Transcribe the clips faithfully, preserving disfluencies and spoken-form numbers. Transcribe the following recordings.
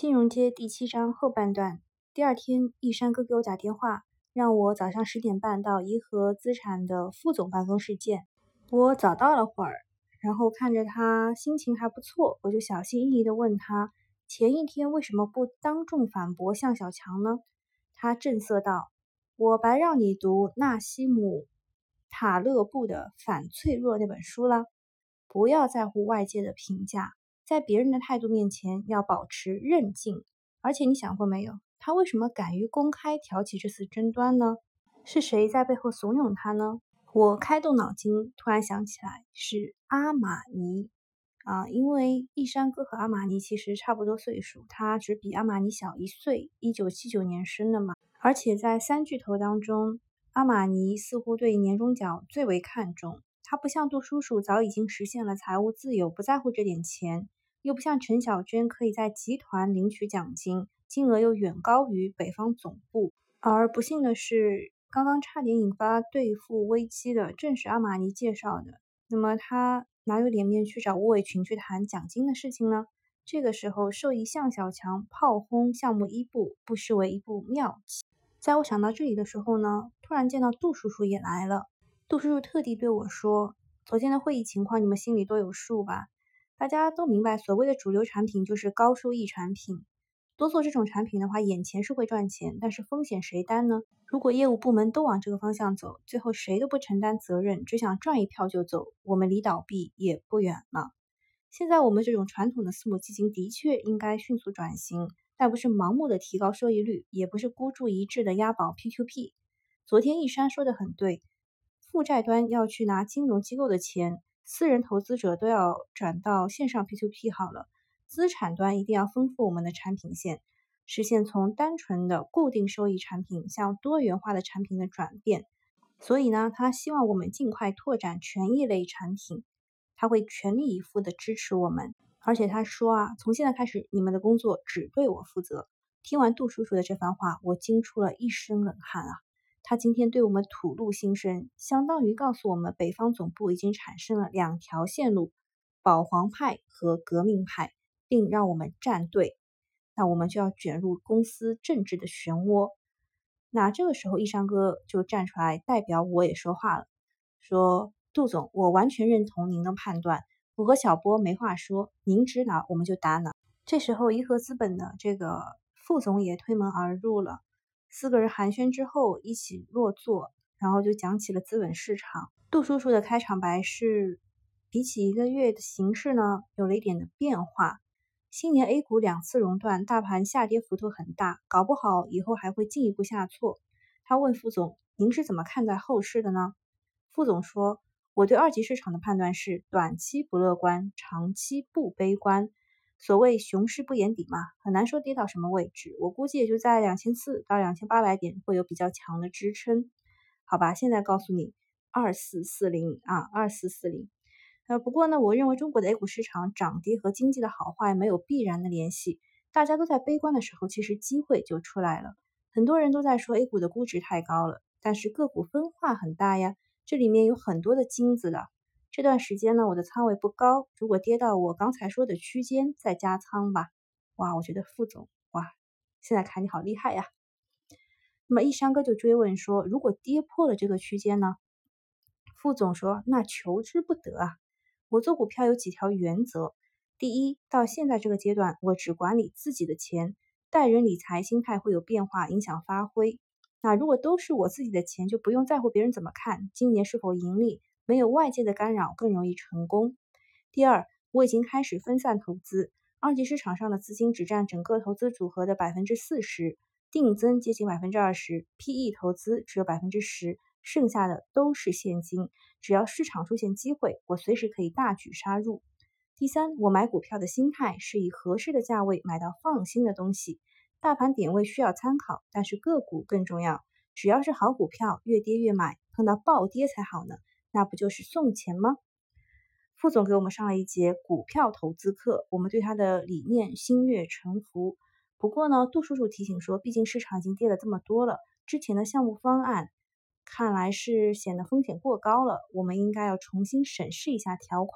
金融街第七章后半段。第二天，易山哥给我打电话，让我早上十点半到颐和资产的副总办公室见。我早到了会儿，然后看着他心情还不错，我就小心翼翼地问他，前一天为什么不当众反驳向小强呢？他正色道，我白让你读纳西姆塔勒布的《反脆弱》那本书了，不要在乎外界的评价，在别人的态度面前要保持韧劲。而且你想过没有，他为什么敢于公开挑起这次争端呢？是谁在背后怂恿他呢？我开动脑筋，突然想起来是阿玛尼啊，因为易山哥和阿玛尼其实差不多岁数，他只比阿玛尼小一岁，一九七九年生的嘛。而且在三巨头当中，阿玛尼似乎对年终奖最为看重。他不像杜叔叔早已经实现了财务自由，不在乎这点钱，又不像陈小娟可以在集团领取奖金，金额又远高于北方总部。而不幸的是，刚刚差点引发兑付危机的正是阿玛尼介绍的，那么他哪有脸面去找吴伟群去谈奖金的事情呢？这个时候受益向小强炮轰项目一部，不失为一步妙棋。在我想到这里的时候呢，突然见到杜叔叔也来了。杜叔叔特地对我说，昨天的会议情况你们心里都有数吧？大家都明白，所谓的主流产品就是高收益产品，多做这种产品的话，眼前是会赚钱，但是风险谁担呢？如果业务部门都往这个方向走，最后谁都不承担责任，只想赚一票就走，我们离倒闭也不远了。现在我们这种传统的私募基金的确应该迅速转型，但不是盲目的提高收益率，也不是孤注一掷的押宝 P to P。 昨天易山说的很对，负债端要去拿金融机构的钱，私人投资者都要转到线上 P to P 好了，资产端一定要丰富我们的产品线，实现从单纯的固定收益产品向多元化的产品的转变。所以呢，他希望我们尽快拓展权益类产品，他会全力以赴的支持我们。而且他说啊，从现在开始你们的工作只对我负责。听完杜叔叔的这番话，我惊出了一身冷汗啊！他今天对我们吐露心声，相当于告诉我们北方总部已经产生了两条线路，保皇派和革命派，并让我们站队。那我们就要卷入公司政治的漩涡。那这个时候易山哥就站出来代表我也说话了，说杜总，我完全认同您的判断，我和小波没话说，您指哪我们就打哪。这时候颐和资本的这个副总也推门而入了，四个人寒暄之后一起落座，然后就讲起了资本市场。杜叔叔的开场白是，比起一个月的形势呢，有了一点的变化。新年 A 股两次熔断，大盘下跌幅度很大，搞不好以后还会进一步下挫。他问副总，您是怎么看待后市的呢？副总说，我对二级市场的判断是短期不乐观，长期不悲观。所谓熊市不言底嘛，很难说跌到什么位置，我估计也就在两千四百到两千八百点会有比较强的支撑。好吧，现在告诉你二四四零啊，二四四零。呃，不过呢，我认为中国的 A 股市场涨跌和经济的好坏没有必然的联系。大家都在悲观的时候，其实机会就出来了。很多人都在说 A 股的估值太高了，但是个股分化很大呀，这里面有很多的金子的。这段时间呢，我的仓位不高，如果跌到我刚才说的区间再加仓吧。哇，我觉得副总，哇，现在看你好厉害呀。那么易山哥就追问说，如果跌破了这个区间呢？副总说，那求之不得啊。我做股票有几条原则，第一，到现在这个阶段，我只管理自己的钱，待人理财心态会有变化，影响发挥。那如果都是我自己的钱，就不用在乎别人怎么看，今年是否盈利，没有外界的干扰，更容易成功。第二，我已经开始分散投资，二级市场上的资金只占整个投资组合的百分之四十，定增接近百分之二十 ，P E 投资只有百分之十。剩下的都是现金，只要市场出现机会，我随时可以大举杀入。第三，我买股票的心态是以合适的价位买到放心的东西，大盘点位需要参考，但是个股更重要，只要是好股票，越跌越买，碰到暴跌才好呢，那不就是送钱吗？副总给我们上了一节股票投资课，我们对他的理念心悦诚服。不过呢，杜叔叔提醒说，毕竟市场已经跌了这么多了，之前的项目方案看来是显得风险过高了，我们应该要重新审视一下条款。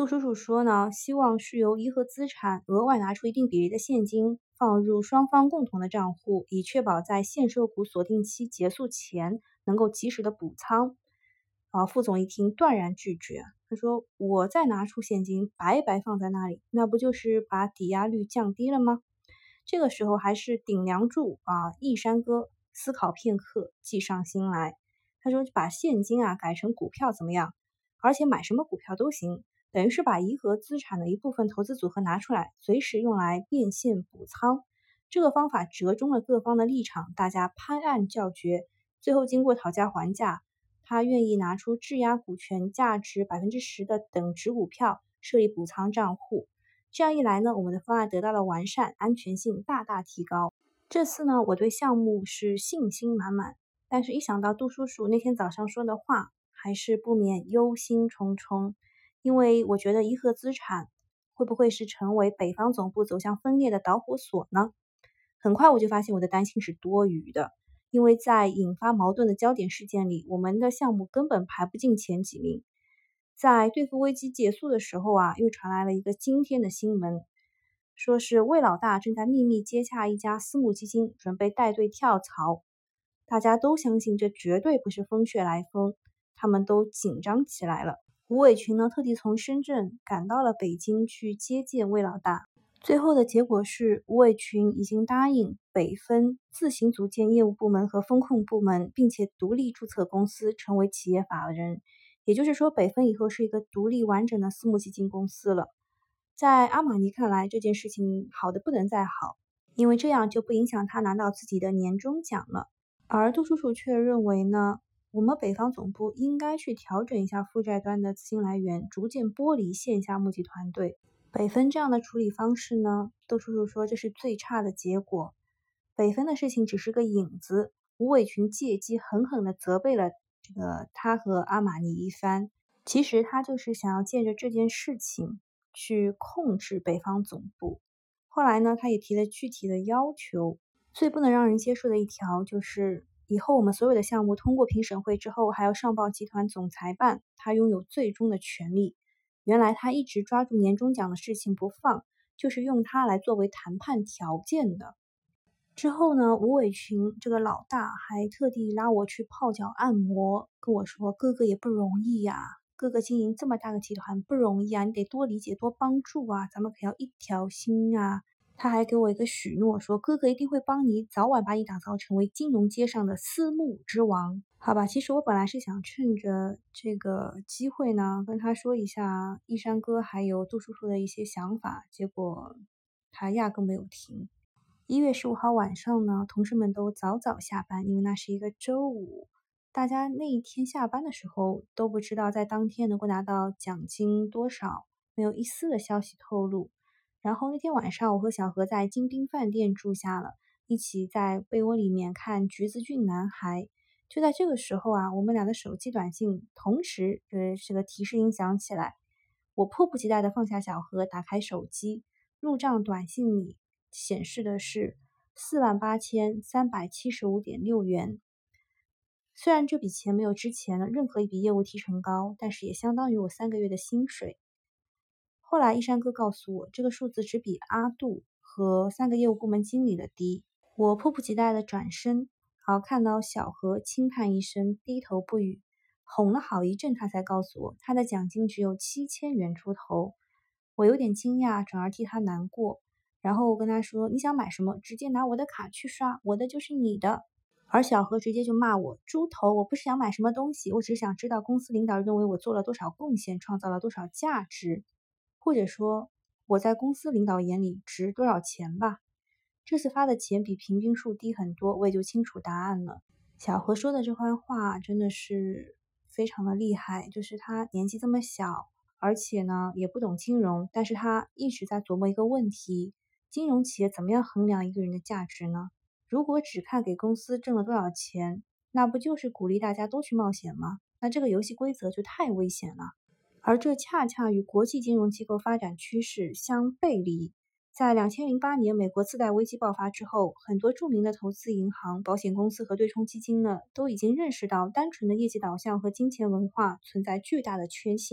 杜叔叔说呢，希望是由颐和资产额外拿出一定比例的现金，放入双方共同的账户，以确保在限售股锁定期结束前能够及时的补仓。啊，副总一听断然拒绝，他说：“我再拿出现金，白白放在那里，那不就是把抵押率降低了吗？”这个时候还是顶梁柱啊，易山哥思考片刻，计上心来。他说：“把现金啊改成股票怎么样？而且买什么股票都行。”等于是把颐和资产的一部分投资组合拿出来，随时用来变现补仓。这个方法折中了各方的立场，大家拍案叫绝。最后经过讨价还价，他愿意拿出质押股权价值百分之十的等值股票，设立补仓账户。这样一来呢，我们的方案得到了完善，安全性大大提高。这次呢，我对项目是信心满满，但是一想到杜叔叔那天早上说的话，还是不免忧心忡忡。因为我觉得颐和资产会不会是成为北方总部走向分裂的导火索呢？很快我就发现我的担心是多余的，因为在引发矛盾的焦点事件里，我们的项目根本排不进前几名。在兑付危机结束的时候啊，又传来了一个惊天的新闻，说是魏老大正在秘密接洽一家私募基金，准备带队跳槽。大家都相信这绝对不是风穴来风，他们都紧张起来了。吴伟群呢，特地从深圳赶到了北京去接见魏老大。最后的结果是，吴伟群已经答应北分自行组建业务部门和风控部门，并且独立注册公司，成为企业法人。也就是说，北分以后是一个独立完整的私募基金公司了。在阿玛尼看来，这件事情好的不能再好，因为这样就不影响他拿到自己的年终奖了。而杜叔叔却认为呢，我们北方总部应该去调整一下负债端的资金来源，逐渐剥离线下募集团队。北分这样的处理方式呢，杜叔叔说这是最差的结果。北分的事情只是个影子，吴伟群借机狠狠地责备了这个他和阿玛尼一番。其实他就是想要借着这件事情去控制北方总部。后来呢，他也提了具体的要求，最不能让人接受的一条就是以后我们所有的项目通过评审会之后，还要上报集团总裁办，他拥有最终的权利。原来他一直抓住年终奖的事情不放，就是用它来作为谈判条件的。之后呢，吴伟群这个老大还特地拉我去泡脚按摩，跟我说哥哥也不容易呀、啊，哥哥经营这么大个集团不容易啊，你得多理解多帮助啊，咱们可要一条心啊。他还给我一个许诺，说哥哥一定会帮你，早晚把你打造成为金融街上的私募之王。好吧，其实我本来是想趁着这个机会呢，跟他说一下一山哥还有杜叔叔的一些想法，结果他压根没有停。一月十五号晚上呢，同事们都早早下班，因为那是一个周五。大家那一天下班的时候都不知道在当天能够拿到奖金多少，没有一丝的消息透露。然后那天晚上，我和小何在金滨饭店住下了，一起在被窝里面看《橘子郡男孩》。就在这个时候啊，我们俩的手机短信同时呃这个提示音响起来。我迫不及待地放下小何，打开手机，入账短信里显示的是四万八千三百七十五点六元。虽然这笔钱没有之前的任何一笔业务提成高，但是也相当于我三个月的薪水。后来一山哥告诉我，这个数字只比阿杜和三个业务部门经理的低。我迫不及待地转身，好看到小何轻叹一声，低头不语，哄了好一阵，他才告诉我他的奖金只有七千元出头。我有点惊讶，转而替他难过，然后我跟他说，你想买什么直接拿我的卡去刷，我的就是你的。而小何直接就骂我猪头，我不是想买什么东西，我只想知道公司领导认为我做了多少贡献，创造了多少价值，或者说我在公司领导眼里值多少钱吧。这次发的钱比平均数低很多，我也就清楚答案了。小何说的这番话真的是非常的厉害，就是他年纪这么小，而且呢也不懂金融，但是他一直在琢磨一个问题，金融企业怎么样衡量一个人的价值呢？如果只看给公司挣了多少钱，那不就是鼓励大家都去冒险吗？那这个游戏规则就太危险了。而这恰恰与国际金融机构发展趋势相背离。在两千零八年美国次贷危机爆发之后，很多著名的投资银行、保险公司和对冲基金呢，都已经认识到单纯的业绩导向和金钱文化存在巨大的缺陷，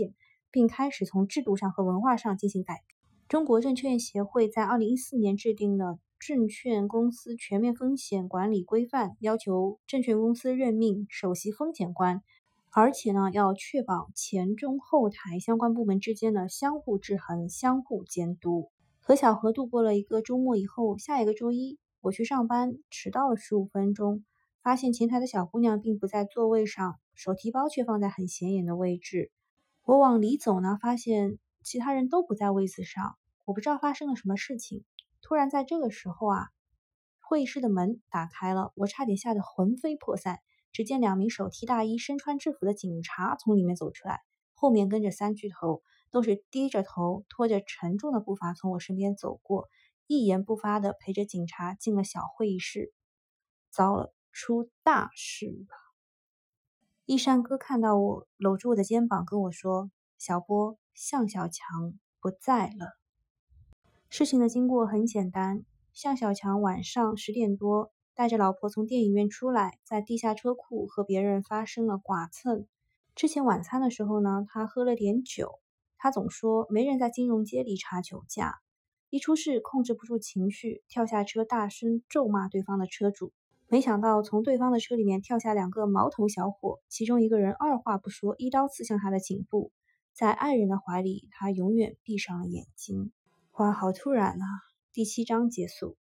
并开始从制度上和文化上进行改变。中国证券协会在二零一四年制定了《证券公司全面风险管理规范》，要求证券公司任命首席风险官，而且呢，要确保前中后台相关部门之间的相互制衡、相互监督。和小何度过了一个周末以后，下一个周一我去上班，迟到了十五分钟，发现前台的小姑娘并不在座位上，手提包却放在很显眼的位置。我往里走呢，发现其他人都不在位子上，我不知道发生了什么事情。突然在这个时候啊，会议室的门打开了，我差点吓得魂飞魄散。只见两名手提大衣、身穿制服的警察从里面走出来，后面跟着三巨头，都是低着头，拖着沉重的步伐从我身边走过，一言不发地陪着警察进了小会议室。糟了，出大事了！一山哥看到我，搂住我的肩膀跟我说：“小波，向小强不在了。”事情的经过很简单，向小强晚上十点多带着老婆从电影院出来，在地下车库和别人发生了剐蹭。之前晚餐的时候呢，他喝了点酒，他总说没人在金融街里查酒驾，一出事控制不住情绪，跳下车大声咒骂对方的车主。没想到从对方的车里面跳下两个毛头小伙，其中一个人二话不说，一刀刺向他的颈部。在爱人的怀里，他永远闭上了眼睛。哇，好突然啊！第七章结束。